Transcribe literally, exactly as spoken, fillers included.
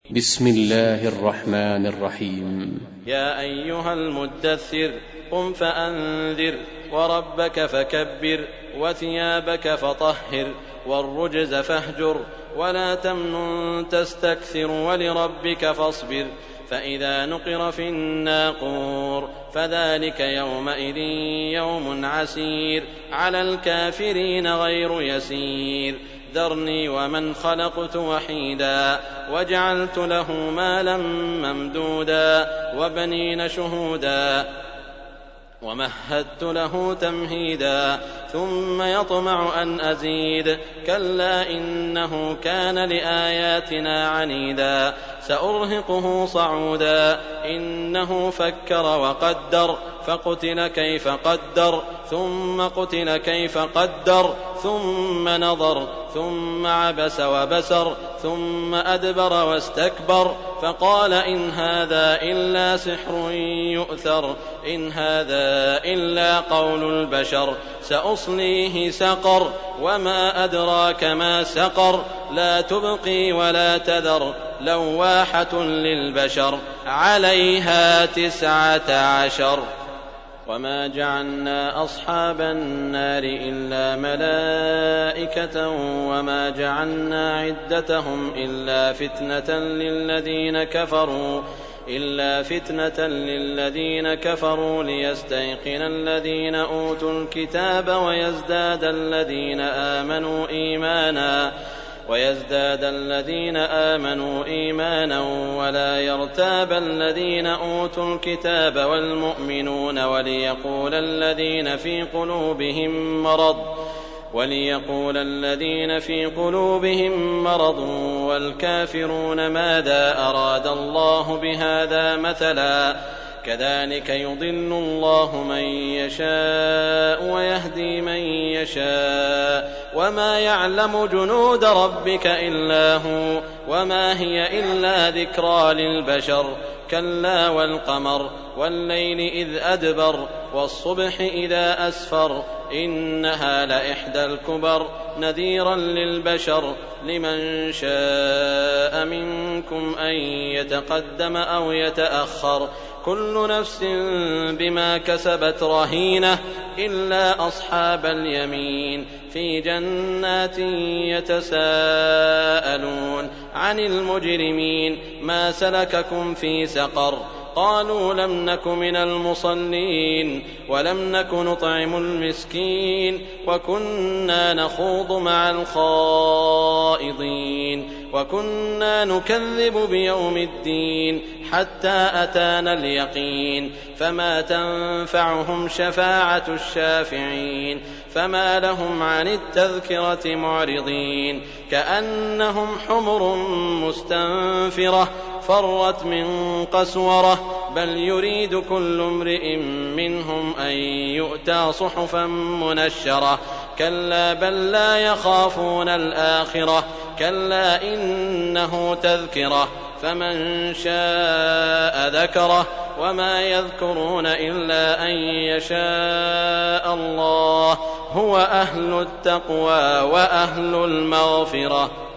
بسم الله الرحمن الرحيم. يا أيها المدثر قم فأنذر وربك فكبر وثيابك فطهر والرجز فاهجر ولا تمنن تستكثر ولربك فاصبر فإذا نقر في الناقور فذلك يومئذ يوم عسير على الكافرين غير يسير ذرني ومن خلقت وحيدا وجعلت له مالا ممدودا وبنين شهودا ومهدت له تمهيدا ثم يطمع أن أزيد كلا إنه كان لآياتنا عنيدا سأرهقه صعودا إنه فكر وقدر فقتل كيف قدر ثم قتل كيف قدر ثم نظر ثم عبس وبسر ثم أدبر واستكبر فقال إن هذا إلا سحر يؤثر إن هذا إلا قول البشر سأصليه سقر وما أدراك ما سقر لا تبقي ولا تذر لواحة للبشر عليها تسعة عشر وما جعلنا أصحاب النار إلا ملائكة وما جعلنا عدتهم إلا فتنة للذين كفروا إلا فتنة للذين كفروا ليستيقن الذين أوتوا الكتاب ويزداد الذين آمنوا إيمانا ويزداد الذين آمنوا إيمانا ولا يرتاب الذين أوتوا الكتاب والمؤمنون وليقول الذين في قلوبهم مرض وليقول الذين في قلوبهم مرض والكافرون ماذا أراد الله بهذا مثلا كذلك يضل الله من يشاء ويهدي من يشاء وما يعلم جنود ربك إلا هو وما هي إلا ذكرى للبشر كلا والقمر والليل إذ أدبر والصبح إذا أسفر إنها لإحدى الكبر نذيرا للبشر لمن شاء منكم أن يتقدم أو يتأخر كل نفس بما كسبت رهينة إلا أصحاب اليمين في جنات يتساءلون عن المجرمين ما سلككم في سقر قالوا لم نك من المصلين ولم نك نطعم المسكين وكنا نخوض مع الخائضين وكنا نكذب بيوم الدين حتى أتانا اليقين فما تنفعهم شفاعة الشافعين فما لهم عن التذكرة معرضين كأنهم حمر مستنفرة فرت من قسورة بل يريد كل امرئ منهم أن يؤتى صحفا منشرة كلا بل لا يخافون الآخرة كلا إنه تذكرة فمن شاء ذكره وما يذكرون إلا أن يشاء الله هو أهل التقوى وأهل المغفرة.